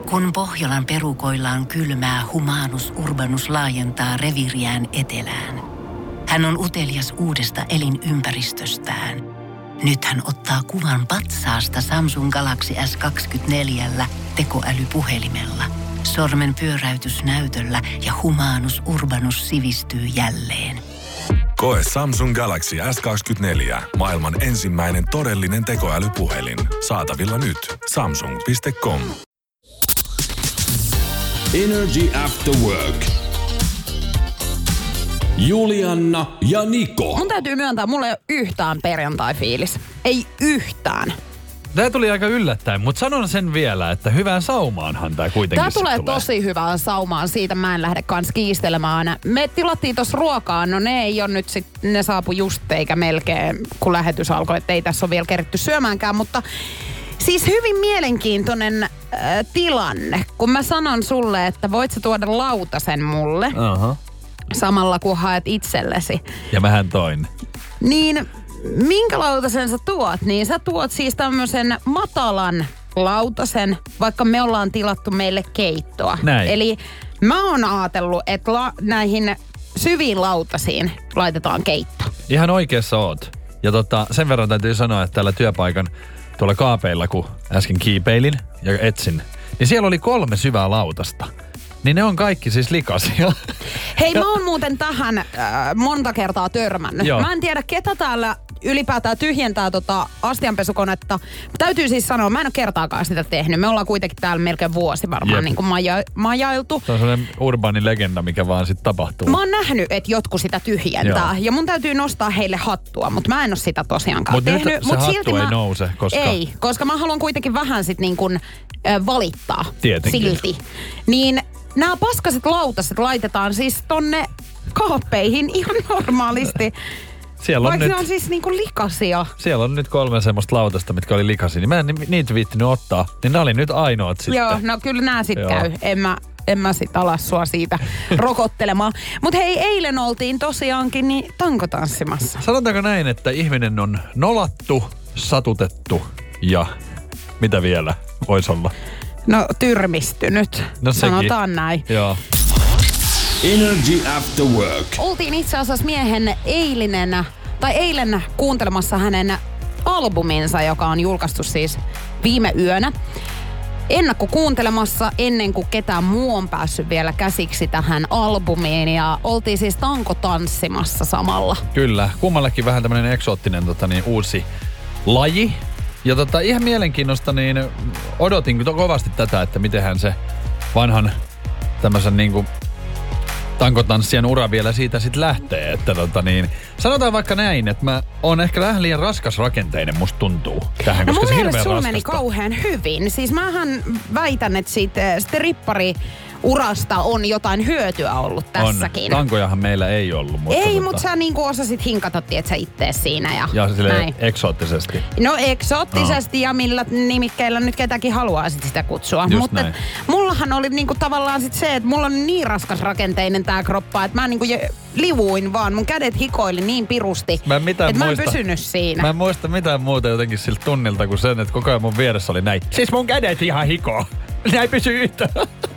Kun Pohjolan perukoillaan kylmää, Humanus Urbanus laajentaa reviiriään etelään. Hän on utelias uudesta elinympäristöstään. Nyt hän ottaa kuvan patsaasta Samsung Galaxy S24 tekoälypuhelimella. Sormen pyöräytys näytöllä ja Humanus Urbanus sivistyy jälleen. Koe Samsung Galaxy S24. Maailman ensimmäinen todellinen tekoälypuhelin. Saatavilla nyt. Samsung.com. Energy After Work. Julianna ja Niko. Mun täytyy myöntää, mulla ei ole yhtään perjantai-fiilis. Ei yhtään. Tämä tuli aika yllättäen, mutta sanon sen vielä, että hyvään saumaanhan tämä kuitenkin Tämä tulee tosi hyvään saumaan, siitä mä en lähde kans kiistelemään. Me tilattiin tossa ruokaa, no ne ei ole nyt sit, ne saapu just eikä melkein, kun lähetys alkoi, että ei tässä ole vielä keritty syömäänkään, mutta siis hyvin mielenkiintoinen tilanne, kun mä sanon sulle, että voit sä tuoda lautasen mulle, samalla kun haet itsellesi. Ja mähän toin. Niin minkä lautasen sä tuot? Niin sä tuot siis tämmöisen matalan lautasen, vaikka me ollaan tilattu meille keittoa. Näin. Eli mä oon ajatellut, että näihin syviin lautasiin laitetaan keitto. Ihan oikeassa oot. Ja sen verran täytyy sanoa, että tällä työpaikan tuolla kaapeilla, kun äsken kiipeilin ja etsin, niin siellä oli 3 syvää lautasta. Niin ne on kaikki siis likaisia. Hei, mä oon muuten tähän monta kertaa törmännyt. Joo. Mä en tiedä, ketä täällä ylipäätään tyhjentää astianpesukonetta. Täytyy siis sanoa, mä en ole kertaakaan sitä tehnyt. Me ollaan kuitenkin täällä melkein vuosi varmaan niin kuin majailtu. Se on sellainen urbaani legenda, mikä vaan sitten tapahtuu. Mä oon nähnyt, että jotkut sitä tyhjentää. Joo. Ja mun täytyy nostaa heille hattua, mutta mä en ole sitä tosiaankaan tehnyt. Nyt se hattu ei nouse, koska... Ei, koska mä haluan kuitenkin vähän sit niin kuin valittaa. Tietenkin. Silti. Niin nämä paskaset lautaset laitetaan siis tonne kaappeihin ihan normaalisti. Vaikka ne on siis niinku likaisia. Siellä on nyt 3 semmoista lautasta, mitkä oli likaisia. Niin mä en niitä viittinyt ottaa. Niin ne oli nyt ainoat sitten. Joo, no kyllä nää sit käy. En mä sit alas sua siitä rokottelemaan. Mut hei, eilen oltiin tosiaankin niin tankotanssimassa. Sanotaanko näin, että ihminen on nolattu, satutettu ja mitä vielä voisi olla? No tyrmistynyt. No sekin. Sanotaan näin. Joo. Energy After Work. Oltiin itse asiassa miehen eilen kuuntelemassa hänen albuminsa, joka on julkaistu siis viime yönä. Ennakkokuuntelemassa ennen kuin ketään muu on päässyt vielä käsiksi tähän albumiin. Ja oltiin siis tankotanssimassa samalla. Kyllä, kummallekin vähän tämmönen eksoottinen uusi laji. Ja ihan mielenkiinnosta niin odotin kovasti tätä, että mitenhän se vanhan tämmöisen niinku tankotanssijan ura vielä siitä sitten lähtee. Että sanotaan vaikka näin, että mä oon ehkä vähän liian raskasrakenteinen, musta tuntuu tähän, koska se hirveän raskasta. Mun mielestä sulla meni kauhean hyvin. Siis mähän väitän, että siitä strippari-urasta on jotain hyötyä ollut tässäkin. Tankojahan meillä ei ollut. Mutta ei, mutta sä niinku osasit hinkata, tietsä, ittees siinä. Ja silleen eksoottisesti. No eksoottisesti ja millä nimikkeillä nyt ketäkin haluaisit sitä kutsua. Mutta mullahan oli niinku tavallaan sit se, että mulla on niin raskasrakenteinen tää kroppa, että mä niinku livuin vaan. Mun kädet hikoili niin pirusti, että mä en pysynyt siinä. Mä en muista mitään muuta jotenkin siltä tunnilta kuin sen, että koko ajan mun vieressä oli näin. Siis mun kädet ihan hikoo. Ne ei pysy yhtään.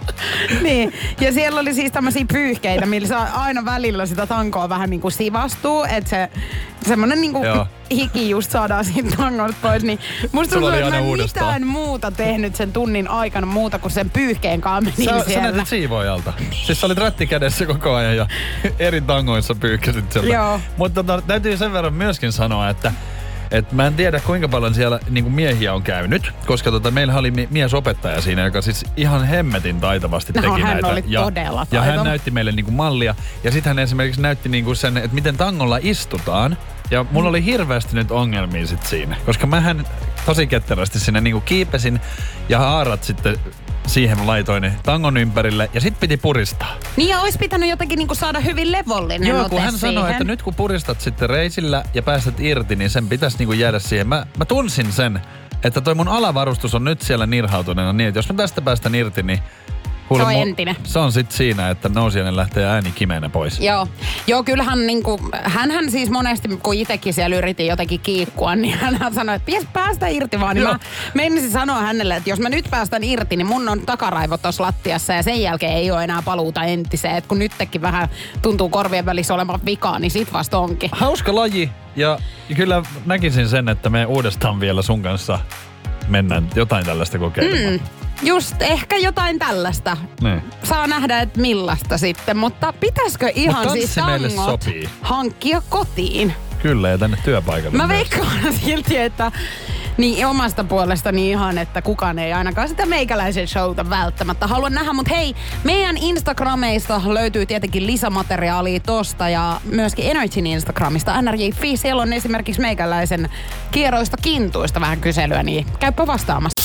Niin, ja siellä oli siis tämmöisiä pyyhkeitä, millä saa aina välillä sitä tankoa vähän niinku sivastuu, että se semmonen niinku hiki just saadaan siitä tangosta pois, niin musta tuntuu, että mä en mitään muuta tehnyt sen tunnin aikana muuta kuin sen pyyhkeen kaamenin siellä. Sä näytit siivoajalta. Siis sä olit rätti kädessä koko ajan ja eri tangoissa pyyhkäsit sieltä. Joo. Mutta täytyy sen verran myöskin sanoa, että mä en tiedä kuinka paljon siellä niinku miehiä on käynyt, koska meillähän oli miesopettaja siinä, joka siis ihan hemmetin taitavasti teki näitä. Hän oli todella taitava. Ja hän näytti meille niinku mallia. Ja sitten hän esimerkiksi näytti niinku sen, että miten tangolla istutaan. Ja mulla oli hirveästi nyt ongelmia sit siinä, koska mähän tosi ketterästi sinne niinku kiipesin ja haarat sitten siihen laitoin tangon ympärille ja sit piti puristaa. Niin ja olisi pitänyt jotenkin niinku saada hyvin levollinen Joo, kun hän sanoi, että nyt kun puristat sitten reisillä ja pääset irti, niin sen pitäisi niinku jäädä siihen. Mä tunsin sen, että toi mun alavarustus on nyt siellä nirhautuneena niin, että jos mä tästä päästän irti, niin Se on entinen. Se on sit siinä, että nousijainen lähtee ääni kimeenä pois. Joo, kyllähän niinku, hänhän siis monesti, kun itsekin siellä yritin jotenkin kiikkua, niin hän sanoi, että pitäisi päästä irti vaan. Niin mä menisin sanoa hänelle, että jos mä nyt päästän irti, niin mun on takaraivot tossa lattiassa ja sen jälkeen ei ole enää paluuta entiseen. Et kun nytkin vähän tuntuu korvien välissä olevan vikaa, niin sit vasta onkin. Hauska laji ja kyllä näkisin sen, että me uudestaan vielä sun kanssa mennään jotain tällaista kokeilemaan. Just ehkä jotain tällaista. Niin. Saa nähdä, että millaista sitten, mutta pitäisikö ihan siis tangot hankkia kotiin? Kyllä, ja tänne työpaikalle. Mä veikkaan silti, että niin omasta puolestani ihan, että kukaan ei ainakaan sitä meikäläisen showta välttämättä halua nähdä. Mutta hei, meidän Instagrameista löytyy tietenkin lisämateriaalia tosta ja myöskin Energyn Instagramista, nrj.fi. Siellä on esimerkiksi meikäläisen kierroista kintuista vähän kyselyä, niin käypä vastaamassa.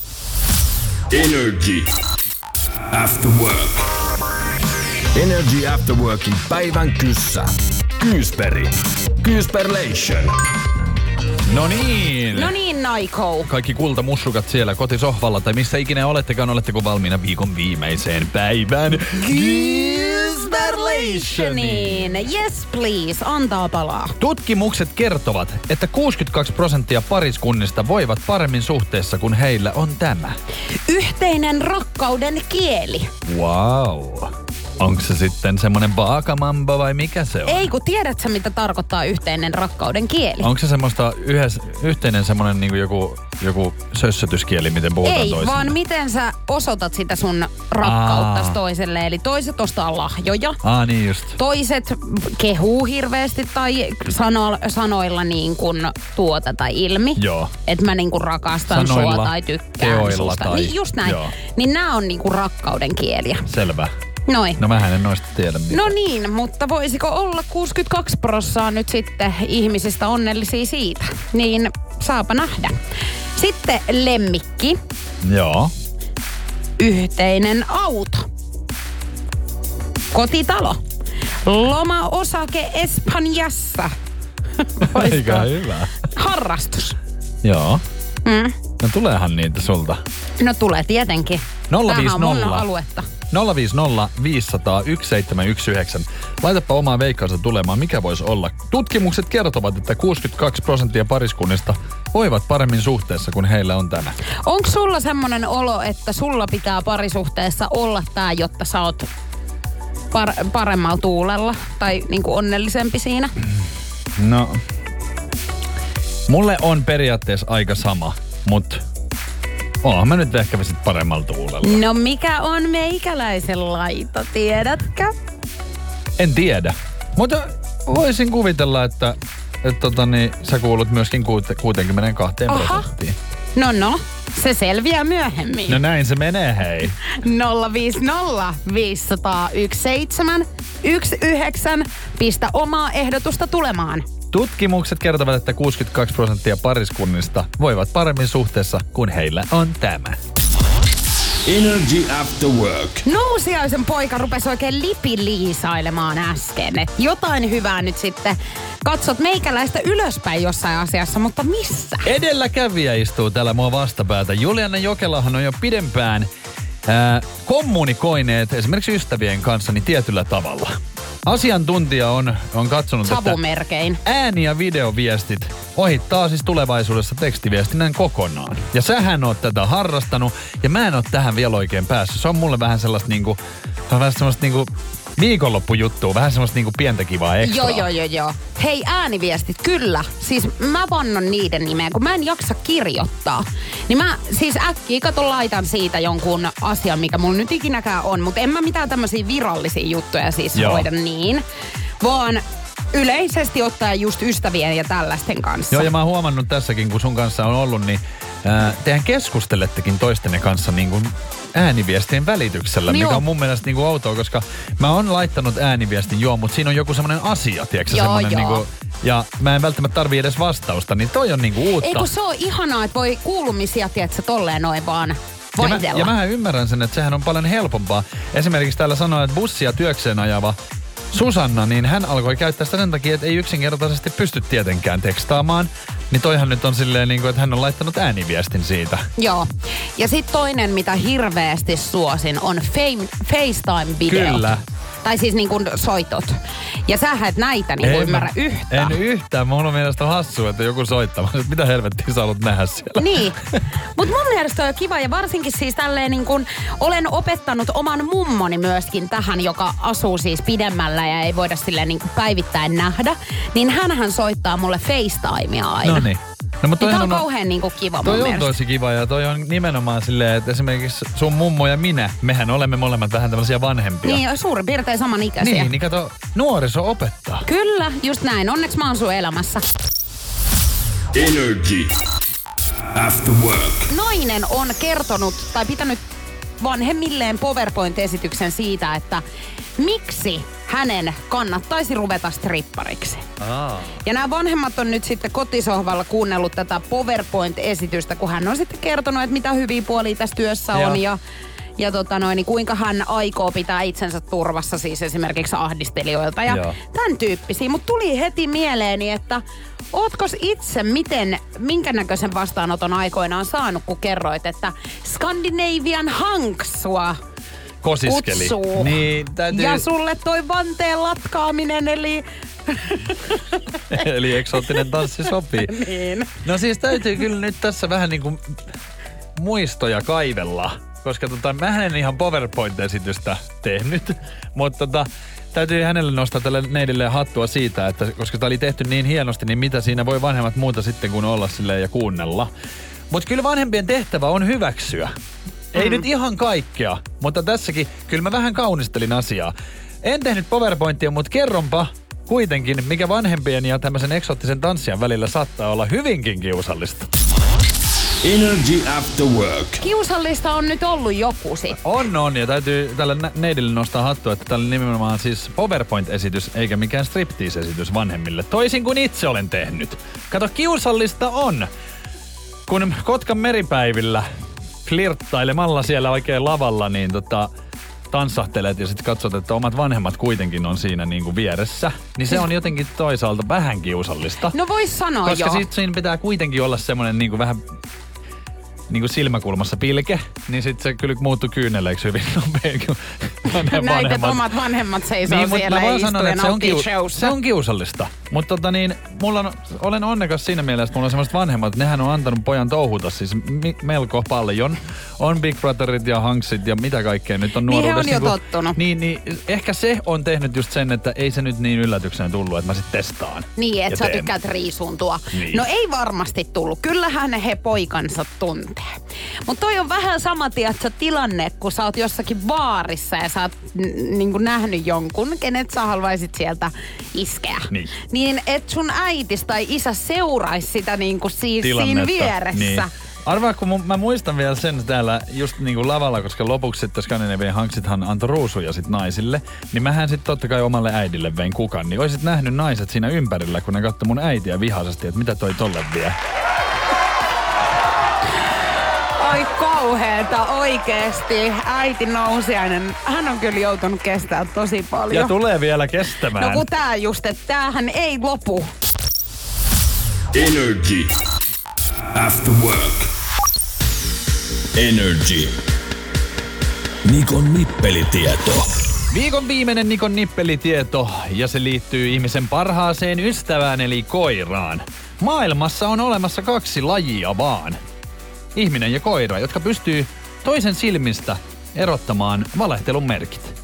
Energy After Work. Energy After Workin päivän kyssä. Kyysperi. Kyysperlation. No niin, Naiko. Kaikki kultamussukat siellä kotisohvalla tai missä ikinä olettekaan, oletteko valmiina viikon viimeiseen päivän Kyysperlationiin? Yes please, antaa palaa. Tutkimukset kertovat, että 62% pariskunnista voivat paremmin suhteessa, kun heillä on tämä. Yhteinen rakkauden kieli. Wow. Onko se sitten semmonen vaakamambo vai mikä se on? Ei, kun tiedät sä, mitä tarkoittaa yhteinen rakkauden kieli? Onko se semmoista yhteinen semmonen niinku joku sössötyskieli, miten puhutaan toisille? Ei, vaan miten sä osoitat sitä sun rakkauttas toiselle. Eli toiset ostaa lahjoja. Niin just. Toiset kehuu hirveästi tai sanoilla niin kuin tai ilmi. Joo. Että mä niin kuin rakastan sanoilla, sua tai tykkään susta. Tai, niin just näin. Joo. Niin nää on niin kuin rakkauden kieliä. Selvä. Noin. No mähän en noista tiedä mitään. No niin, mutta voisiko olla 62% nyt sitten ihmisistä onnellisia siitä? Niin saapa nähdä. Sitten lemmikki. Joo. Yhteinen auto. Kotitalo. Lomaosake Espanjassa. Aika hyvä. Harrastus. Joo. No tuleehan niitä sulta. No tulee tietenkin. 050. Tämähän on mun aluetta. 050 500 1719. Laitapa omaa veikkaansa tulemaan, mikä voisi olla. Tutkimukset kertovat, että 62% pariskunnista voivat paremmin suhteessa, kun heillä on tämä. Onko sulla semmoinen olo, että sulla pitää parisuhteessa olla tää, jotta sä oot paremmalla tuulella tai niinku onnellisempi siinä? No, mulle on periaatteessa aika sama, mutta oonhan mä nyt ehkä sit paremmalla tuulella. No mikä on meikäläisen laita, tiedätkö? En tiedä, mutta voisin kuvitella, että sä kuulut myöskin 62%. No, se selviää myöhemmin. No näin se menee, hei. 050 500 1719. Pistä omaa ehdotusta tulemaan. Tutkimukset kertovat, että 62% pariskunnista voivat paremmin suhteessa, kun heillä on tämä. Energy After Work. Nousiaisen poika rupesi oikein lipiliisailemaan äsken. Et jotain hyvää nyt sitten katsot meikäläistä ylöspäin jossain asiassa, mutta missä? Edelläkävijä istuu täällä mua vastapäätä. Juliana Jokelahan on jo pidempään kommunikoineet esimerkiksi ystävien kanssa niin tietyllä tavalla. Asiantuntija on katsonut, savumerkein, että ääni- ja videoviestit ohittaa siis tulevaisuudessa tekstiviestinnän kokonaan. Ja sähän oot tätä harrastanut ja mä en oo tähän vielä oikein päässyt. Se on mulle vähän sellaista niinku viikonloppujuttua, vähän semmoista niinku pientä kivaa ekstraa. Joo. Hei, ääniviestit, kyllä. Siis mä vannon niiden nimeä, kun mä en jaksa kirjoittaa. Niin mä siis äkkiä laitan siitä jonkun asian, mikä mulla nyt ikinäkään on. Mutta en mä mitään tämmöisiä virallisia juttuja siis hoida niin. Vaan yleisesti ottaen just ystävien ja tällaisten kanssa. Joo, ja mä oon huomannut tässäkin, kun sun kanssa on ollut, niin tehän keskustelettekin toistenne kanssa niin kuin ääniviestien välityksellä, mikä on mun mielestä niin kuin outoa, koska mä oon laittanut ääniviestin mutta siinä on joku semmoinen asia, tiedätkö semmoinen niin kuin, ja mä en välttämättä tarvii edes vastausta, niin toi on niin kuin uutta. Eikö se ole ihanaa, että voi kuulumisia, tiedätkö, tolleen noin vaan vaihdella. Ja mähän ymmärrän sen, että sehän on paljon helpompaa. Esimerkiksi täällä sanoo, että bussia työkseen ajava Susanna, niin hän alkoi käyttää sitä sen takia, että ei yksinkertaisesti pysty tietenkään tekstaamaan. Niin toihan nyt on silleen, niin kuin, että hän on laittanut ääniviestin siitä. Joo. Ja sitten toinen, mitä hirveästi suosin, on FaceTime-videot. Kyllä. Tai siis niin kuin soitot. Ja sähän et näitä niin kuin ymmärrä yhtään. En yhtään. Mulla on mielestä hassua, että joku soittaa. Mitä helvettiä sä haluat nähdä siellä? Niin. Mutta mun mielestä on kiva ja varsinkin siis tälleen niin kuin olen opettanut oman mummoni myöskin tähän, joka asuu siis pidemmällä ja ei voida silleen niin kuin päivittäin nähdä. Niin hänhän soittaa mulle FaceTimea aina. No niin. No, mutta tämä on kauhean niinku kiva mun mielestä. Toi on tosi kiva ja toi on nimenomaan silleen, että esimerkiksi sun mummo ja minä, mehän olemme molemmat vähän tämmöisiä vanhempia. Niin, suurin piirtein samanikäisiä. Niin kato, nuoriso opettaa. Kyllä, just näin. Onneksi mä oon sun elämässä. Energy After Work. Nainen on kertonut tai pitänyt vanhemmilleen PowerPoint-esityksen siitä, että miksi hänen kannattaisi ruveta strippariksi. Ja nämä vanhemmat on nyt sitten kotisohvalla kuunnellut tätä PowerPoint-esitystä, kun hän on sitten kertonut, että mitä hyviä puolia tässä työssä on ja niin kuinka hän aikoo pitää itsensä turvassa siis esimerkiksi ahdistelijoilta ja tämän tyyppisiä. Mutta tuli heti mieleeni, että ootko itse minkä näköisen vastaanoton aikoinaan saanut, kun kerroit, että Scandinavian Hunks sua kosiskeli. Kutsuu. Niin, ja sulle toi vanteen latkaaminen, eli... Eli eksoottinen tanssi sopii. Niin. No siis täytyy kyllä nyt tässä vähän niinku muistoja kaivella. Koska mä en ihan PowerPoint-esitystä tehnyt, mutta täytyy hänelle nostaa tälle neidille hattua siitä, että koska tämä oli tehty niin hienosti, niin mitä siinä voi vanhemmat muuta sitten kuin olla silleen ja kuunnella. Mutta kyllä vanhempien tehtävä on hyväksyä. Ei nyt ihan kaikkea, mutta tässäkin kyllä mä vähän kaunistelin asiaa. En tehnyt PowerPointia, mutta kerronpa kuitenkin, mikä vanhempien ja tämmöisen eksoottisen tanssijan välillä saattaa olla hyvinkin kiusallista. Energy After Work. Kiusallista on nyt ollut joku sit. On, ja täytyy tällä neidille nostaa hattua, että tällä nimenomaan siis PowerPoint-esitys, eikä mikään striptease-esitys vanhemmille. Toisin kuin itse olen tehnyt. Kato, kiusallista on, kun Kotkan meripäivillä flirttailemalla siellä oikein lavalla, niin tanssahtelet ja sitten katsot, että omat vanhemmat kuitenkin on siinä niinku vieressä, niin se on jotenkin toisaalta vähän kiusallista. No vois sanoa koska sit siinä pitää kuitenkin olla semmoinen niinku vähän niinku silmäkulmassa pilke, niin sit se kyllä muuttuu kyyneleiksi hyvin nopein. Näit, että omat vanhemmat seisoo niin, siellä ja istuu ja nauttii showsta. Se on kiusallista. Mutta olen onnekas siinä mielessä, että mulla on semmoiset vanhemmat, että nehän on antanut pojan touhuta siis melko paljon. On Big Brotherit ja Hanksit ja mitä kaikkea nyt on nuoruudessa. Niin he on jo tottunut. Niin, ehkä se on tehnyt just sen, että ei se nyt niin yllätyksenä tullut, että mä sit testaan. Niin, että sä tykkäät riisuntua. Niin. No ei varmasti tullut. Kyllähän he poikansa tuntee. Mutta toi on vähän sama, tilanne, kun sä oot jossakin baarissa ja sä oot niinku nähnyt jonkun, kenet sä haluaisit sieltä iskeä. Niin et sun äitis tai isä seuraisi sitä niinku siinä vieressä. Niin. Arvaa, kun mä muistan vielä sen täällä just niinku lavalla, koska lopuksi sitten Scandinavian Hunksithan antoi ruusuja sit naisille, niin mähän sitten totta kai omalle äidille vein kukan, niin oisit nähnyt naiset siinä ympärillä, kun ne katsoi mun äitiä vihaisesti, että mitä toi tolle vie. Ai kauheeta, oikeesti. Äiti Nousiainen, hän on kyllä joutunut kestämään tosi paljon. Ja tulee vielä kestämään. No kun tää just, että tämähän ei lopu. Energy After Work. Energy. Nikon nippelitieto. Viikon viimeinen Nikon nippelitieto, ja se liittyy ihmisen parhaaseen ystävään eli koiraan. Maailmassa on olemassa 2 lajia vaan. Ihminen ja koira, jotka pystyy toisen silmistä erottamaan valehtelun merkit.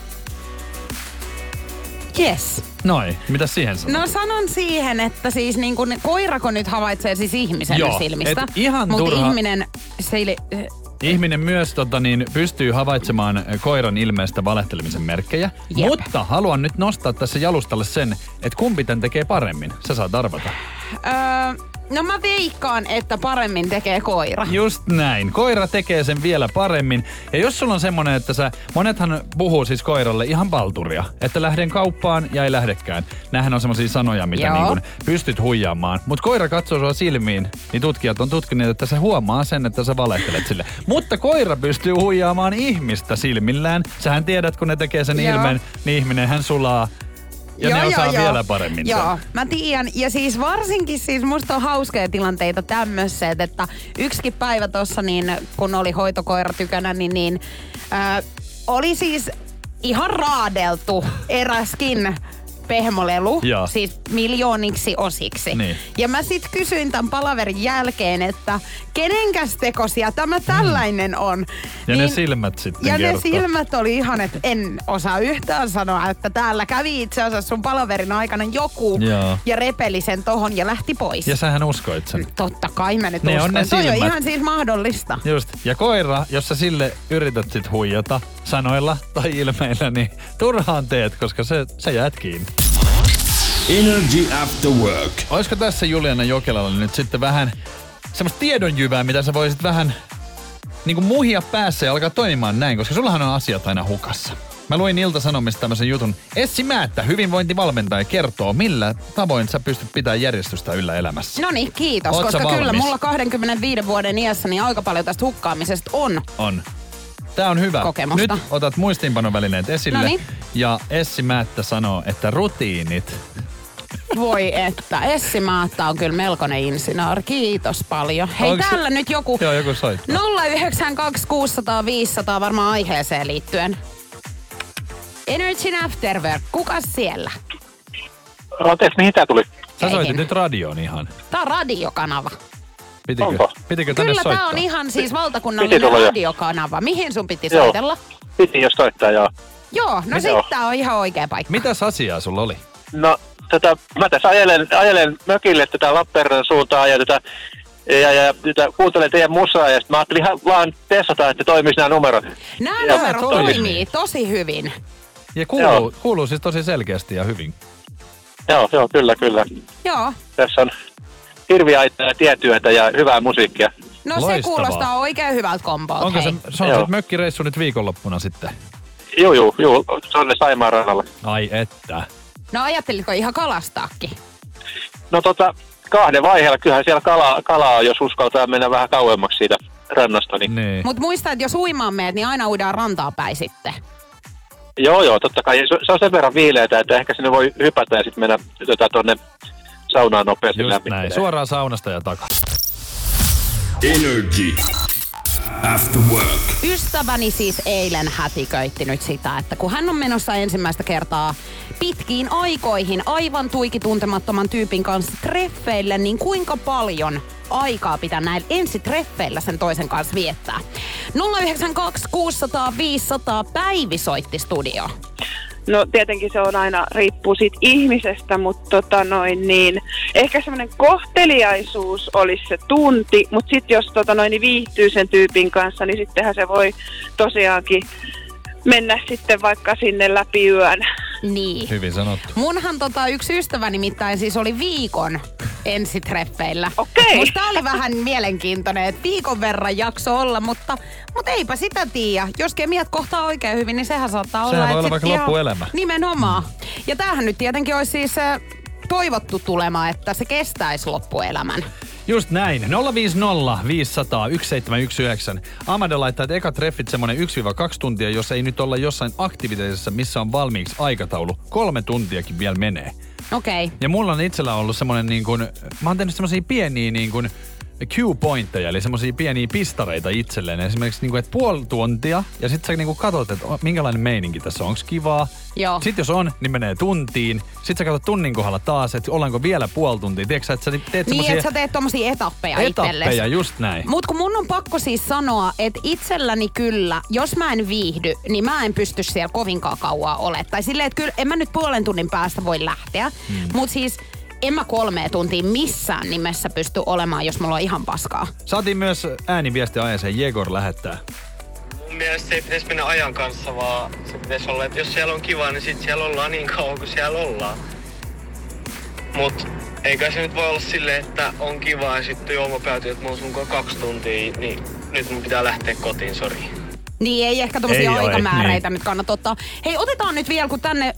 Yes. Noi, mitä siihen sanoo? No sanon siihen, että siis niin kun koirako nyt havaitsee siis ihmisen silmistä. Ihan mutta turha. Ihminen myös pystyy havaitsemaan koiran ilmeestä valehtelemisen merkkejä. Jep. Mutta haluan nyt nostaa tässä jalustalle sen, että kumpi tän tekee paremmin. Sä saat arvata. No mä veikkaan, että paremmin tekee koira. Just näin. Koira tekee sen vielä paremmin. Ja jos sulla on semmonen, että monethan puhuu siis koiralle ihan palturia, että lähden kauppaan ja ei lähdekään. Nämähän on semmosia sanoja, mitä niin kun pystyt huijaamaan. Mut koira katsoo sua silmiin, niin tutkijat on tutkineet, että se huomaa sen, että sä valehtelet sille. Mutta koira pystyy huijaamaan ihmistä silmillään. Sähän tiedät, kun ne tekee sen ilmeen, niin ihminen hän sulaa Ja ne osaa vielä paremmin sen. Joo, mä tiedän. Ja siis varsinkin siis musta on hauskoja tilanteita tämmöiset, että yksikin päivä tossa, niin kun oli hoitokoira tykönä, niin oli siis ihan raadeltu eräskin pehmolelu, siis miljooniksi osiksi. Niin. Ja mä sit kysyin tämän palaverin jälkeen, että kenenkäs tekosia tämä tällainen on. Ja niin, ne silmät sitten ja kertoo. Ne silmät oli ihan, että en osaa yhtään sanoa, että täällä kävi itse asiassa sun palaverin aikana joku ja repeli sen tohon ja lähti pois. Ja sähän uskoit sen. Totta kai mä nyt ne uskon. On ne toi on ihan siis mahdollista. Just. Ja koira, jos sä sille yrität sit huijata sanoilla tai ilmeillä, niin turhaan teet, koska se jäät kiinni. Energy After Work. Olisiko tässä Juliana Jokelalla nyt sitten vähän semmoista tiedonjyvää, mitä sä voisit vähän niinku muhia päässä ja alkaa toimimaan näin, koska sullahan on asiat aina hukassa. Mä luin Ilta-Sanomista tämmöisen jutun. Essi Määttä, hyvinvointivalmentaja, kertoo, millä tavoin sä pystyt pitämään järjestystä yllä elämässä. No niin, kiitos, Oot koska valmis? Kyllä mulla 25 vuoden iässä niin aika paljon tästä hukkaamisesta on. On. Tää on hyvä. Kokemusta. Nyt otat muistiinpanovälineet esille. Noniin. Ja Essi Määttä sanoo, että rutiinit. Voi että, Essi Määttä on kyllä melkoinen insinööri. Kiitos paljon. Hei, Onks täällä nyt joku... Joo, joku soittaa. 092 600 500 varmaan aiheeseen liittyen. Energy After Work, kukas siellä? Anteeksi, mihin tää tuli? Sä soitit nyt radioon ihan. Tää on radiokanava. Pitikö tänne Kyllä soittaa? tää on ihan siis valtakunnallinen radiokanava. Mihin sun piti soitella? Piti jos soittaa, joo. Joo, no sit tää on ihan oikea paikka. Mitäs asiaa sulla oli? No, mä tässä ajelen mökille tätä Lappeenrannan suuntaan ja kuuntelen teidän musaa ja mä ajattelin ihan vaan testata, että toimisi nämä numerot. Nämä numerot toimii tosi hyvin. Ja kuuluu siis tosi selkeästi ja hyvin. Joo, kyllä. Joo. Tässä on hirviaita ja tietyötä ja hyvää musiikkia. No Loistavaa. Se kuulostaa oikein hyvältä kombolta. Onko se on mökkireissu nyt viikonloppuna sitten? Joo, se on ne Saimaan rannalla. Ai että. No ajattelitko ihan kalastaakin? No kahden vaiheella. Kyllähän siellä kalaa, jos uskaltaa mennä vähän kauemmaksi siitä rannasta. Niin. Mut muista, että jos uimaan meet, niin aina uidaan rantaa päin sitten. Joo, totta kai. Se on sen verran viileätä, että ehkä sinne voi hypätä ja sitten mennä tonne saunaan nopeasti läpi. Näin, suoraan saunasta ja takaa. Energy After Work. Ystäväni siis eilen hätiköitti nyt sitä, että kun hän on menossa ensimmäistä kertaa pitkiin aikoihin aivan tuiki tuntemattoman tyypin kanssa treffeille, niin kuinka paljon aikaa pitää näillä ensitreffeillä sen toisen kanssa viettää. 092 600 500 Päivi soitti studio. No tietenkin se on aina, riippuu siitä ihmisestä, mutta ehkä semmoinen kohteliaisuus olisi se tunti, mutta sitten jos viihtyy sen tyypin kanssa, niin sittenhän se voi tosiaankin mennä sitten vaikka sinne läpi yön. Niin. Hyvin sanottu. Munhan yksi ystävä nimittäin siis oli viikon ensitreffeillä. Okei. Musta oli vähän mielenkiintoinen, että viikon verran jakso olla, mutta eipä sitä tiedä. Jos kemiat kohtaa oikein hyvin, niin sehän saattaa olla. Sehän voi olla vaikka loppuelämä. Nimenomaan. Ja tämähän nyt tietenkin olisi siis toivottu tulema, että se kestäisi loppuelämän. Just näin. 050 500 1719. Amanda laittaa, että eka treffit semmoinen 1-2 tuntia, jos ei nyt olla jossain aktiviteetissa, missä on valmiiksi aikataulu. 3 tuntiakin vielä menee. Okei. Okay. Ja mulla on itsellä ollut semmoinen niin kuin, mä oon tehnyt semmosia pieniä niin kuin cue-pointteja, eli semmosia pieniä pistareita itselleen. Esimerkiksi niin kuin, että 0,5 tuntia, ja sit sä niin kuin katot, että minkälainen meininki tässä on, onko kivaa. Joo. Sitten jos on, niin menee tuntiin. Sitten sä katsot tunnin kohdalla taas, että ollaanko vielä 0,5 tuntia. Tiedätkö että sä teet semmosia... Niin, että sä teet tommosia etappeja itsellesi. Etappeja, just näin. Mut kun mun on pakko siis sanoa, että itselläni kyllä, jos mä en viihdy, niin mä en pysty siellä kovinkaan kauaa olemaan. Tai silleen, että kyllä en mä nyt 0,5 tunnin päästä voi lähteä. Mut siis en mä 3 tuntia missään nimessä pysty olemaan, jos mulla on ihan paskaa. Saatiin myös ääniviesti aiheeseen, Jegor lähettää. Mun mielestä se ei pitäisi mennä ajan kanssa, vaan se pitäisi olla, että jos siellä on kiva, niin sit siellä ollaan niin kauan kuin siellä ollaan. Mut eikä se nyt voi olla silleen, että on kiva ja sitten joo mä päätin, että mulla on sunkaan 2 tuntia, niin nyt mun pitää lähteä kotiin, sori. Niin, ei ehkä tommosia aikamääreitä nyt kannata ottaa. Hei, otetaan nyt vielä, kun tänne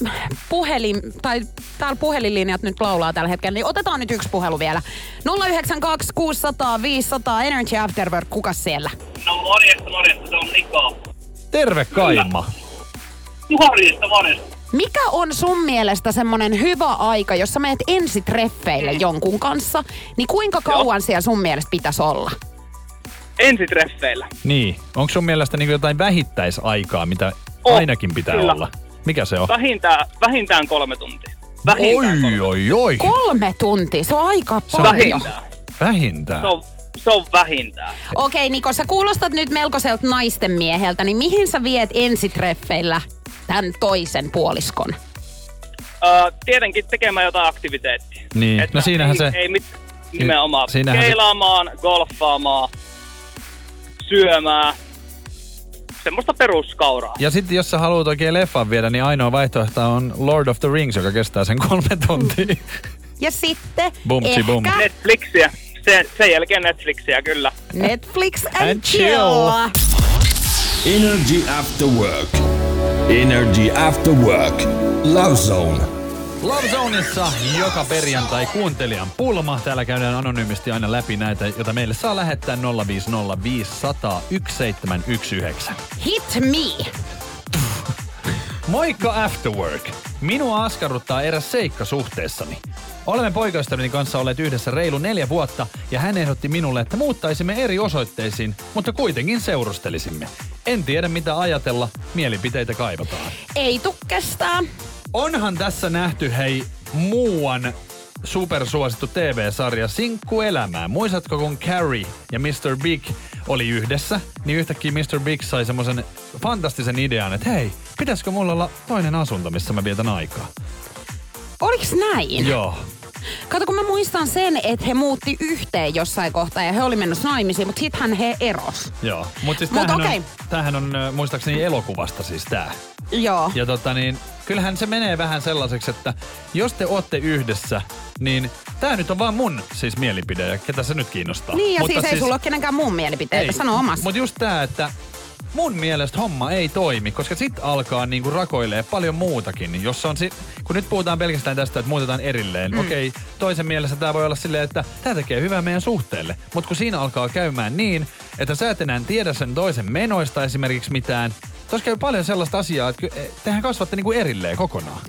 täällä puhelinlinjat nyt laulaa tällä hetkellä, niin otetaan nyt yksi puhelu vielä. 092 600 500 Energy After Work, kukas siellä? No morjesta, se on Niko. Terve Kaima. Morjesta. Mikä on sun mielestä semmonen hyvä aika, jos sä meet ensitreffeille jonkun kanssa, niin kuinka kauan siellä sun mielestä pitäisi olla? Ensitreffeillä. Niin. Onko sun mielestä niin jotain vähittäisaikaa, mitä ainakin pitää kyllä. olla? Mikä se on? Vähintään 3 tuntia. Oi. 3 tuntia, se on aika paljon. Vähintään. Se on vähintään. Okei, Niko, sä kuulostat nyt melkoiselta naisten mieheltä, niin mihin sä viet ensitreffeillä tämän toisen puoliskon? Tietenkin tekemään jotain aktiviteettia. Niin, Että no siinähän nimenomaan siinähän keilaamaan, golfaamaan, syömään. Semmoista peruskauraa. Ja sitten jos sä haluat oikein leffan viedä, niin ainoa vaihtoehto on Lord of the Rings, joka kestää sen 3 tuntia. Ja sitten Bumtsi bum. Netflixiä. Sen jälkeen Netflixiä, kyllä. Netflix and chill. Energy After Work. Energy After Work. Love Zone. Love Zoneissa joka perjantai kuuntelijan pulma. Täällä käydään anonyymisti aina läpi näitä, joita meille saa lähettää 050 500 1719. Hit me. Moikka After Work. Minua askarruttaa eräs seikka suhteessani. Olemme poikaystäväni kanssa olleet yhdessä reilu 4 vuotta ja hän ehdotti minulle, että muuttaisimme eri osoitteisiin, mutta kuitenkin seurustelisimme. En tiedä mitä ajatella, mielipiteitä kaivataan. Ei tuu kestää. Onhan tässä nähty muuan supersuosittu TV-sarja Sinkkuelämää. Muistatko kun Carrie ja Mr. Big oli yhdessä, niin yhtäkkiä Mr. Big sai semmoisen fantastisen idean, että hei, pitäisikö mulla olla toinen asunto, missä mä vietän aikaa? Oliks näin? Joo. Kato, kun mä muistan sen, että he muutti yhteen jossain kohtaa ja he oli mennyt naimisiin, mutta sittenhän he eros. Joo, mutta siis tämähän on muistaakseni elokuvasta siis tää. Joo. Ja kyllähän se menee vähän sellaiseksi, että jos te ootte yhdessä, niin tää nyt on vaan mun siis mielipide ja ketä se nyt kiinnostaa. Niin ja mutta siis ei sulla ole kenenkään muun mielipiteitä, sano omassa. Mutta just tää, että mun mielestä homma ei toimi, koska sit alkaa niinku rakoilee paljon muutakin. Jos on kun nyt puhutaan pelkästään tästä, että muutetaan erilleen. Okei, toisen mielessä tää voi olla silleen, että tää tekee hyvää meidän suhteelle. Mutta kun siinä alkaa käymään niin, että sä et enää tiedä sen toisen menoista esimerkiksi mitään. Tuossa käy paljon sellaista asiaa, että tehän kasvatte niinku erilleen kokonaan.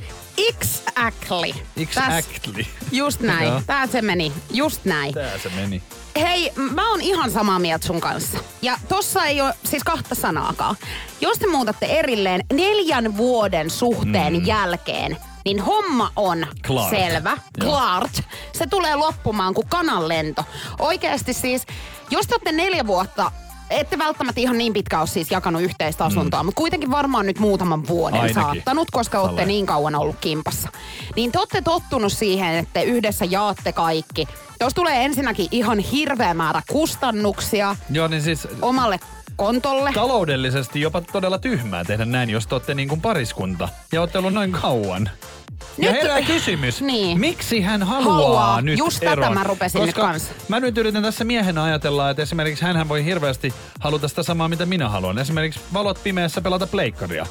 Exactly. Exactly. Just näin. Tää se meni. Just näin. Tää se meni. Hei, mä oon ihan samaa mieltä sun kanssa. Ja tossa ei ole siis 2 sanaakaan. Jos te muutatte erilleen 4 vuoden suhteen jälkeen, niin homma on selvä. Klart. Se tulee loppumaan kuin kananlento. Oikeasti siis, jos te olette 4 vuotta, ette välttämättä ihan niin pitkä ole siis jakanut yhteistä asuntoa, mutta kuitenkin varmaan nyt muutaman vuoden ainakin saattanut, koska olette niin kauan ollut kimpassa. Niin te olette tottunut siihen, että te yhdessä jaatte kaikki. Jos tulee ensinnäkin ihan hirveä määrä kustannuksia niin siis omalle kontolle. Taloudellisesti jopa todella tyhmää tehdä näin, jos te olette niin kuin pariskunta ja olette ollut noin kauan. Ja herää kysymys, miksi hän haluaa nyt just eron? tätä mä rupesin nyt kanssa. Mä nyt yritän tässä miehenä ajatella, että esimerkiksi hänhän voi hirveästi haluta sitä samaa, mitä minä haluan. Esimerkiksi valot pimeässä pelata pleikkaria.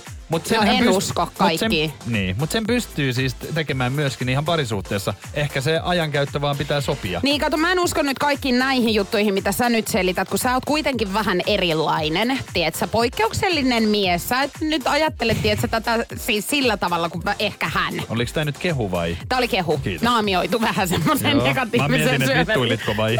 En usko kaikki. Mutta sen pystyy siis tekemään myöskin ihan parisuhteessa. Ehkä se ajankäyttö vaan pitää sopia. Niin kato, mä en usko nyt kaikkiin näihin juttuihin, mitä sä nyt selität, kun sä oot kuitenkin vähän erilainen. Tiedätkö, poikkeuksellinen mies. Sä et nyt ajattele, tiedätkö, tätä siis sillä tavalla kuin ehkä hän. Oliko tää nyt kehu vai? Tää oli kehu. Kiitos. Naamioitu vähän semmoisen negatiivisen syövän. Mä mietin, syövän. että vittuilitko vai?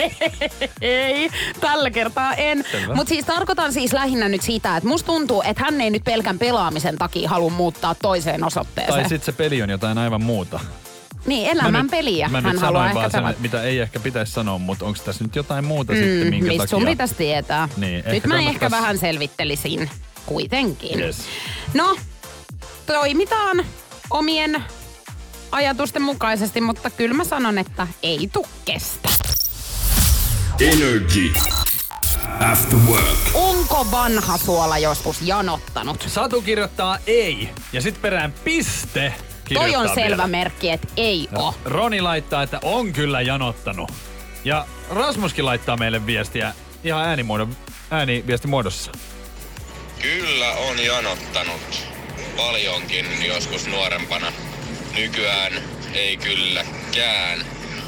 Ei, tällä kertaa en. Mutta siis tarkoitan siis lähinnä nyt sitä, että musta tuntuu, että hän ei nyt pelkän pelaamisen takia halua muuttaa toiseen osoitteeseen. Tai sit se peli on jotain aivan muuta. Niin, elämän peliä. Mä hän nyt haluaa sanoin ehkä vaan sen, mitä ei ehkä pitäisi sanoa, mutta onko tässä nyt jotain muuta sitten, minkä mistä takia? sun pitäisi tietää. Niin, nyt mä ehkä vähän selvittelisin kuitenkin. Yes. No, toimitaan omien ajatusten mukaisesti, mutta kyllä mä sanon, että ei tuu kestä. Energy After Work. Onko vanha suola joskus janottanut? Satu kirjoittaa ei, ja sit perään piste. Toi on selvä vielä merkki, että ei oo. Roni laittaa, että on kyllä janottanut. Ja Rasmuskin laittaa meille viestiä ihan ääniviestimuodossa. Kyllä on janottanut. Paljonkin joskus nuorempana. Nykyään ei kylläkään.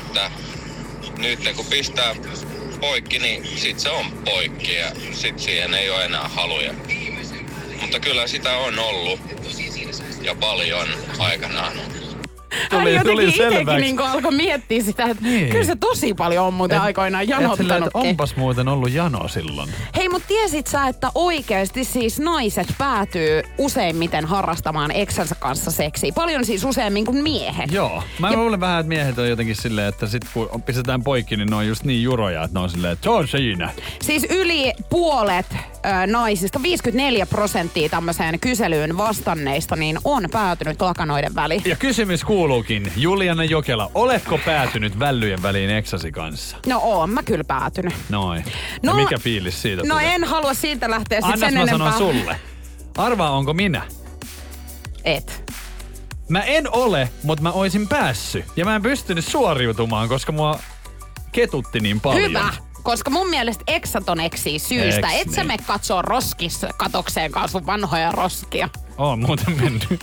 Nyt kun pistää poikki, niin sit se on poikki ja sit siihen ei ole enää haluja. Mutta kyllä sitä on ollut. ja paljon aikanaan. Tuli itsekin selväksi. niin alkoi miettiä sitä, että kyllä se tosi paljon on muuten aikoinaan janottanutkin. Onpas muuten ollut jano silloin. Hei, mut tiesit sä, että oikeasti siis naiset päätyy useimmiten harrastamaan eksänsä kanssa seksiä? Paljon siis useammin kuin miehet. Joo. Mä luulen vähän, että miehet on jotenkin silleen, että sit kun pistetään poikki, niin ne on just niin juroja, että ne on silleen, että se on siinä. Siis yli puolet naisista, 54% tämmöiseen kyselyyn vastanneista, niin on päätynyt lakanoiden väliin. Ja kysymys kuuluukin, Juliana Jokela, oletko päätynyt vällyjen väliin eksäsi kanssa? No oon mä kyllä päätynyt. Noin. No, ja mikä fiilis siitä tulee? En halua siitä lähteä sit sen Annas mä enempää. sanon sulle. Arvaa, onko minä? Et. Mä en ole, mutta mä oisin päässyt. Ja mä en pystynyt suoriutumaan, koska mua ketutti niin paljon. Hyvä, koska mun mielestä eksät on eksii syystä. Eks Et sä niin? me katsoo roskissa katokseen kanssa sun vanhoja roskia. Oon muuten mennyt.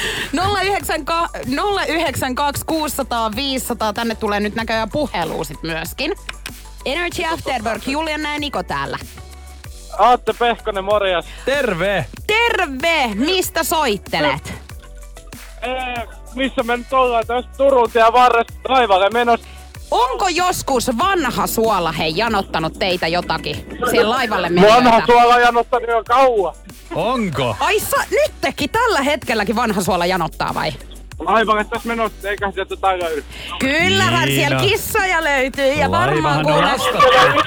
092 600 500. Tänne tulee nyt näköjään puhelua sit myöskin. Energy After Work, Juliana ja Niko täällä. Aatte Pehkonen, morjes. Terve! Terve! Mistä soittelet? Missä me nyt ollaan? Tästä Turun tien varresta Taivalle menossa. Onko joskus vanha suola hei janottanut teitä jotakin siellä laivalle menijöitä? Vanha suola janottanut jo kauan. Onko? Ai nyt teki tällä hetkelläkin vanha suola janottaa vai? Laivalle tässä menossa, eikä sieltä löydy. Kyllähän Niin, siellä no. kissoja löytyy ja varmaan Laivahan on lastattu.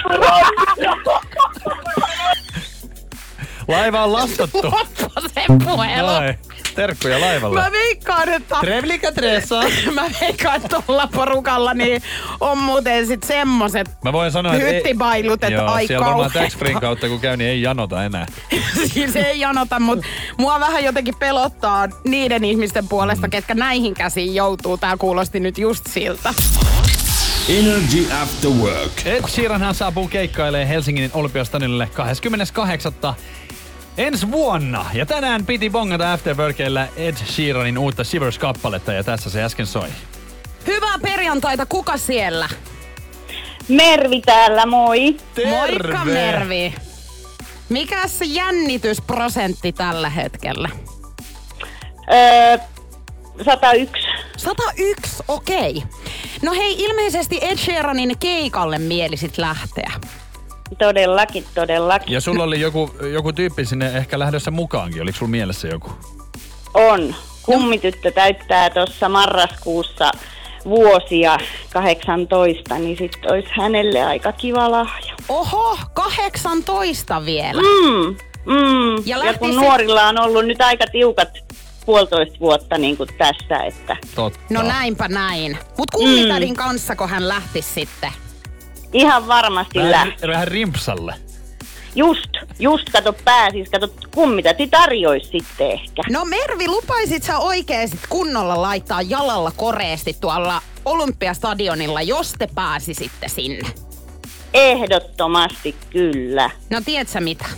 Laiva on lastattu. Loppu se puhelu. Ai, terkkuja laivalle. Mä veikkaan, että... Trevlika Tressa. Mä veikkaan, että tuolla porukalla niin on muuten sit semmoset Mä voin sanoa, että hyttibailut, että joo, ai siellä varmaan kauheeta. tax-freen kautta kun käy, niin ei janota enää. Siis ei janota, mutta mua vähän jotenkin pelottaa niiden ihmisten puolesta, ketkä näihin käsiin joutuu. Tää kuulosti nyt just siltä. Energy After Work. Ed Sheeranhan saapuu keikkailee Helsingin Olympiastadionille 28. ensi vuonna. Ja tänään piti bongata Afterworkilla Ed Sheeranin uutta Shivers-kappaletta ja tässä se äsken soi. Hyvää perjantaita, kuka siellä? Mervi täällä, moi. Moikka Mervi. Mikäs se jännitysprosentti tällä hetkellä? 101. 101, okei. No hei, ilmeisesti Ed Sheeranin keikalle mielisit lähteä. Todellakin. Ja sulla oli joku tyyppi sinne ehkä lähdössä mukaankin. Oliko sulla mielessä joku? On. Kummityttö täyttää tuossa marraskuussa vuosia 18, niin sit olisi hänelle aika kiva lahja. Oho, 18 vielä. Ja kun nuorilla on ollut nyt aika tiukat 1,5 vuotta niin kuin tässä, että... Totta. No näinpä näin. Mut kummitädin kanssako hän lähti sitten? Ihan varmasti lähti. Vähän rimpsalle. Just kato pääsis, kato kummitäti tarjois sitten ehkä. No Mervi, lupaisit sä oikeesti kunnolla laittaa jalalla koreesti tuolla Olympiastadionilla, jos te pääsisitte sinne? Ehdottomasti kyllä. No tiedät sä mitä?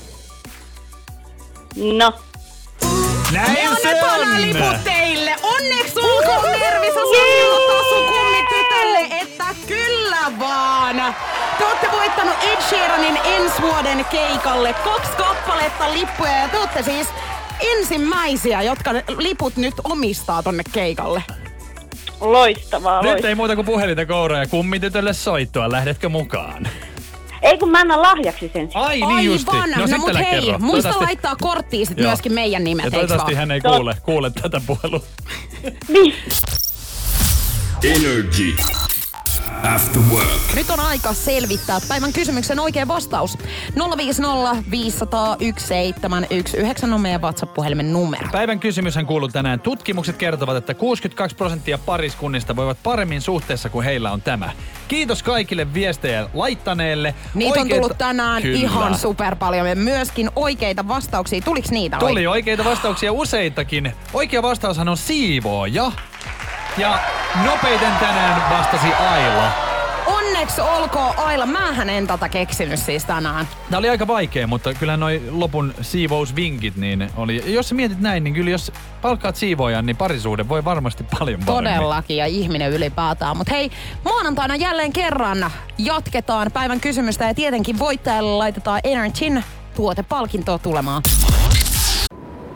No. Näin me se annetaan on! nämä liput teille. Onneksi olkoon Mervi, sä saat sun kummitytölle, että kyllä vaan. Te ootte voittanut Ed Sheeranin ensi vuoden keikalle 2 kappaletta lippuja ja te ootte siis ensimmäisiä, jotka liput nyt omistaa tonne keikalle. Loistavaa. Nyt ei muuta kuin puhelinta kouraa ja kummitytölle soittoa. Lähdetkö mukaan? Ei kun mä annan lahjaksi sen. Ai niin justi. No sitten mut älä hei, kerro. muista laittaa korttiin sit myöskin meidän nimet, ja toivottavasti hän ei kuule tätä puhelua. Niin. Energy After Work. Nyt on aika selvittää päivän kysymyksen oikea vastaus. 050 500 1719 on meidän WhatsApp-puhelimen numero. Päivän kysymyshän kuuluu tänään. Tutkimukset kertovat, että 62% pariskunnista voivat paremmin suhteessa kuin heillä on tämä. Kiitos kaikille viestejä laittaneille. Niitä on tullut tänään Kyllä. ihan super paljon ja myöskin oikeita vastauksia. Tuliks niitä? Tuli oikeita vastauksia useitakin. Oikea vastaushan on siivooja. Ja nopeiten tänään vastasi Aila. Onneksi olkoon Aila. Mähän en tätä keksinyt siis tänään. Tää oli aika vaikea, mutta kyllähän noi lopun siivousvinkit, niin oli... Jos sä mietit näin, niin kyllä jos palkkaat siivoojan, niin parisuhde voi varmasti paljon paremmin. Todellakin ja ihminen ylipäätään. Mutta hei, maanantaina jälleen kerran jatketaan päivän kysymystä ja tietenkin voittajalle laitetaan Energyn tuotepalkintoa tulemaan.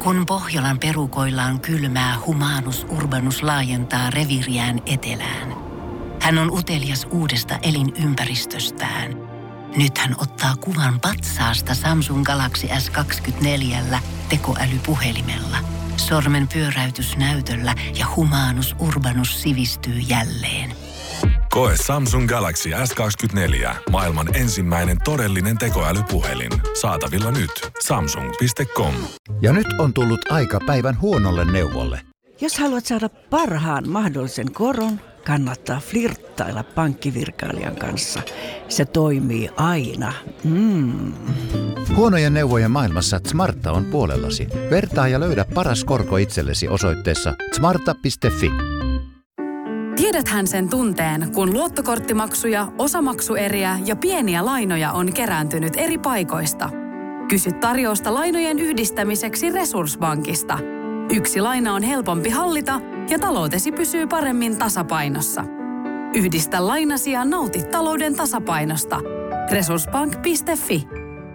Kun Pohjolan perukoillaan kylmää, Humanus Urbanus laajentaa reviiriään etelään. Hän on utelias uudesta elinympäristöstään. Nyt hän ottaa kuvan patsaasta Samsung Galaxy S24 tekoälypuhelimella. Sormen pyöräytys näytöllä ja Humanus Urbanus sivistyy jälleen. Koe Samsung Galaxy S24. Maailman ensimmäinen todellinen tekoälypuhelin. Saatavilla nyt. Samsung.com. Ja nyt on tullut aika päivän huonolle neuvolle. Jos haluat saada parhaan mahdollisen koron, kannattaa flirttailla pankkivirkailijan kanssa. Se toimii aina. Huonojen neuvojen maailmassa Smarta on puolellasi. Vertaa ja löydä paras korko itsellesi osoitteessa smarta.fi. Tiedäthän sen tunteen, kun luottokorttimaksuja, osamaksueriä ja pieniä lainoja on kerääntynyt eri paikoista. Kysy tarjousta lainojen yhdistämiseksi Resurssbankista. Yksi laina on helpompi hallita ja taloutesi pysyy paremmin tasapainossa. Yhdistä lainasi ja nauti talouden tasapainosta. Resurssbank.fi.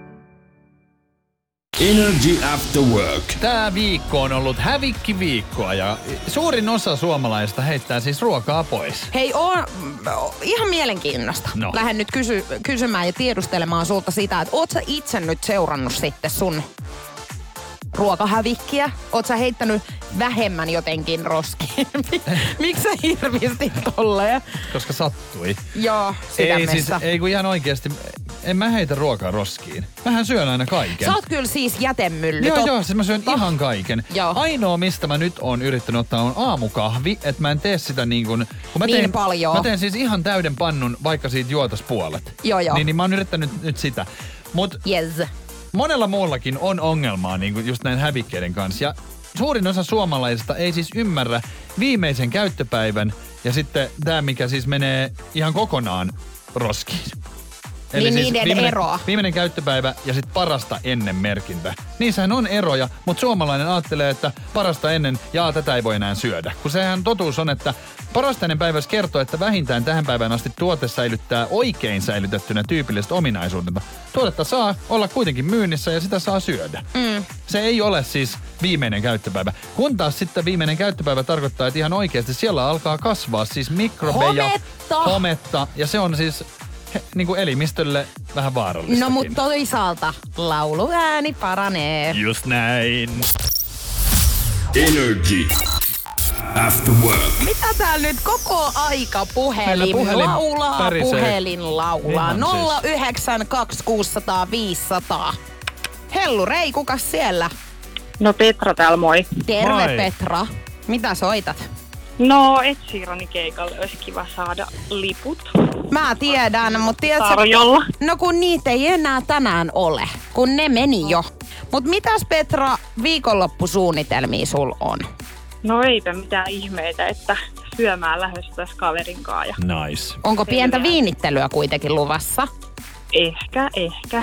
Energy After Work. Tää viikko on ollut hävikkiviikkoa ja suurin osa suomalaisista heittää siis ruokaa pois. Hei, ihan mielenkiinnosta. No. Lähden nyt kysymään ja tiedustelemaan sulta sitä, että oot sä itse nyt seurannut sitten sun ruokahävikkiä? Oot sä heittänyt vähemmän jotenkin roskiin? Miksi sä hirvistit tolleen? Koska sattui. Joo, sydämessä. Ei kun ihan oikeasti, en mä heitä ruokaa roskiin. Mähän syön aina kaiken. Sä oot kyllä siis jätemylly. Joo, siis mä syön ihan kaiken. Joo. Ainoa, mistä mä nyt oon yrittänyt ottaa, on aamukahvi. Että mä en tee sitä niin kuin... paljon. Mä teen siis ihan täyden pannun, vaikka siitä juotas puolet. Joo. Niin mä oon yrittänyt nyt sitä. Mut yes. Monella muullakin on ongelmaa niin kuin just näin hävikkeiden kanssa. Ja suurin osa suomalaisista ei siis ymmärrä viimeisen käyttöpäivän ja sitten tämä, mikä siis menee ihan kokonaan roskiin. Eli niin siis niiden eroa. Viimeinen käyttöpäivä ja sitten parasta ennen merkintä. Niissähän on eroja, mutta suomalainen ajattelee, että parasta ennen, tätä ei voi enää syödä. Kun sehän totuus on, että parasta ennen päivässä kertoo, että vähintään tähän päivään asti tuote säilyttää oikein säilytettynä tyypilliset ominaisuudet. Tuotetta saa olla kuitenkin myynnissä ja sitä saa syödä. Se ei ole siis viimeinen käyttöpäivä. Kun taas sitten viimeinen käyttöpäivä tarkoittaa, että ihan oikeasti siellä alkaa kasvaa siis mikrobeja, hometta ja se on siis... niin kuin elimistölle vähän vaarallistakin. No mutta toisaalta lauluääni paranee. Just näin. Energy After Work. Mitä täällä nyt koko aika puhelin laulaa? 092600500. Hellurei, kukas siellä? No Petra täällä, moi. Terve Moi. Petra. Mitä soitat? No Ed Sheeranin keikalle olisi kiva saada liput. Mä tiedän, mutta tiedätkö... Tarjolla. No kun niitä ei enää tänään ole, kun ne meni jo. Mut mitäs Petra viikonloppusuunnitelmia sul on? No eipä mitään ihmeitä, että syömään lähdöstäis kaverin kanssa. Ja... Nice. Onko pientä viinittelyä kuitenkin luvassa? Ehkä. Ehkä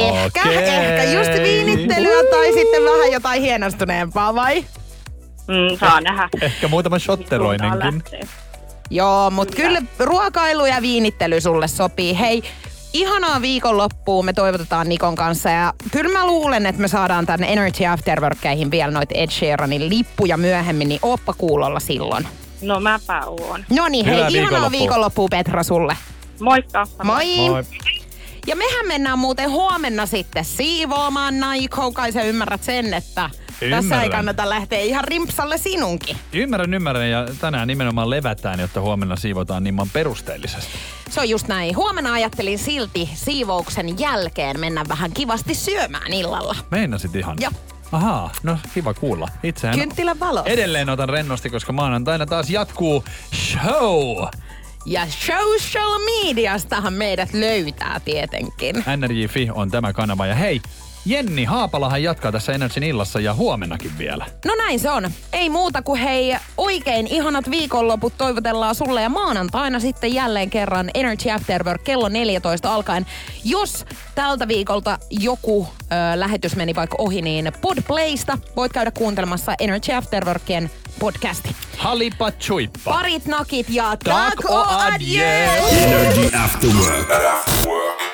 just viinittelyä tai sitten vähän jotain hienostuneempaa, vai? Saa nähdä. Ehkä muutama shotteroinenkin. Joo, mutta kyllä ruokailu ja viinittely sulle sopii. Hei, ihanaa viikonloppua me toivotetaan Nikon kanssa. Ja kyllä mä luulen, että me saadaan tänne Energy Afterworkkeihin vielä noita Ed Sheeranin lippuja myöhemmin, niin ooppa kuulolla silloin. No mäpä oon. No niin, hei, ihanaa viikonloppua Petra sulle. Moikka. Moi. Moi. Ja mehän mennään muuten huomenna sitten siivoamaan, Naiko, kai sä ymmärrät sen, että... Tässä ei kannata lähteä ihan rimpsalle sinunkin. Ymmärrän ja tänään nimenomaan levätään, jotta huomenna siivotaan niin perusteellisesti. Se on just näin. Huomenna ajattelin silti siivouksen jälkeen mennä vähän kivasti syömään illalla. Meinasit ihan? Joo. Ahaa, no kiva kuulla. Itsehän kynttilän valossa. Edelleen otan rennosti, koska maanantaina taas jatkuu show. Ja social mediastahan meidät löytää tietenkin. NRJ.fi on tämä kanava ja hei, Jenni Haapalahan jatkaa tässä Energyn illassa ja huomennakin vielä. No näin se on. Ei muuta kuin hei, oikein ihanat viikonloput toivotellaan sulle ja maanantaina sitten jälleen kerran Energy After Work kello 14 alkaen. Jos tältä viikolta joku lähetys meni vaikka ohi, niin Podplaysta voit käydä kuuntelemassa Energy After Workien podcasti. Halipa chuippa. Parit nakit ja tak o adjö. Energy After Work.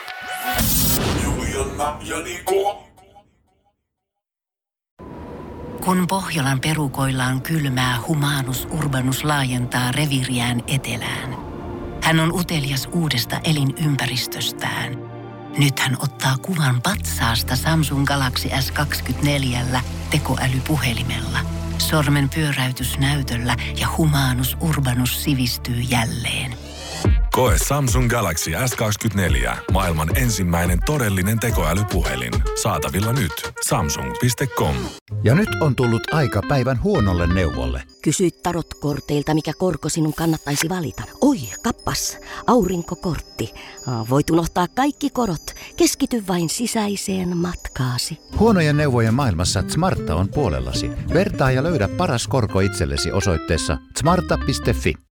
Juliana ja Niko. Kun Pohjolan perukoillaan kylmää, Humanus Urbanus laajentaa reviiriään etelään. Hän on utelias uudesta elinympäristöstään. Nyt hän ottaa kuvan patsaasta Samsung Galaxy S24 tekoälypuhelimella. Sormen pyöräytys näytöllä ja Humanus Urbanus sivistyy jälleen. Koe Samsung Galaxy S24. Maailman ensimmäinen todellinen tekoälypuhelin. Saatavilla nyt. Samsung.com. Ja nyt on tullut aika päivän huonolle neuvolle. Kysy tarotkorteilta, mikä korko sinun kannattaisi valita. Oi, kappas, aurinkokortti. Voit unohtaa kaikki korot. Keskity vain sisäiseen matkaasi. Huonojen neuvojen maailmassa Smarta on puolellasi. Vertaa ja löydä paras korko itsellesi osoitteessa smarta.fi.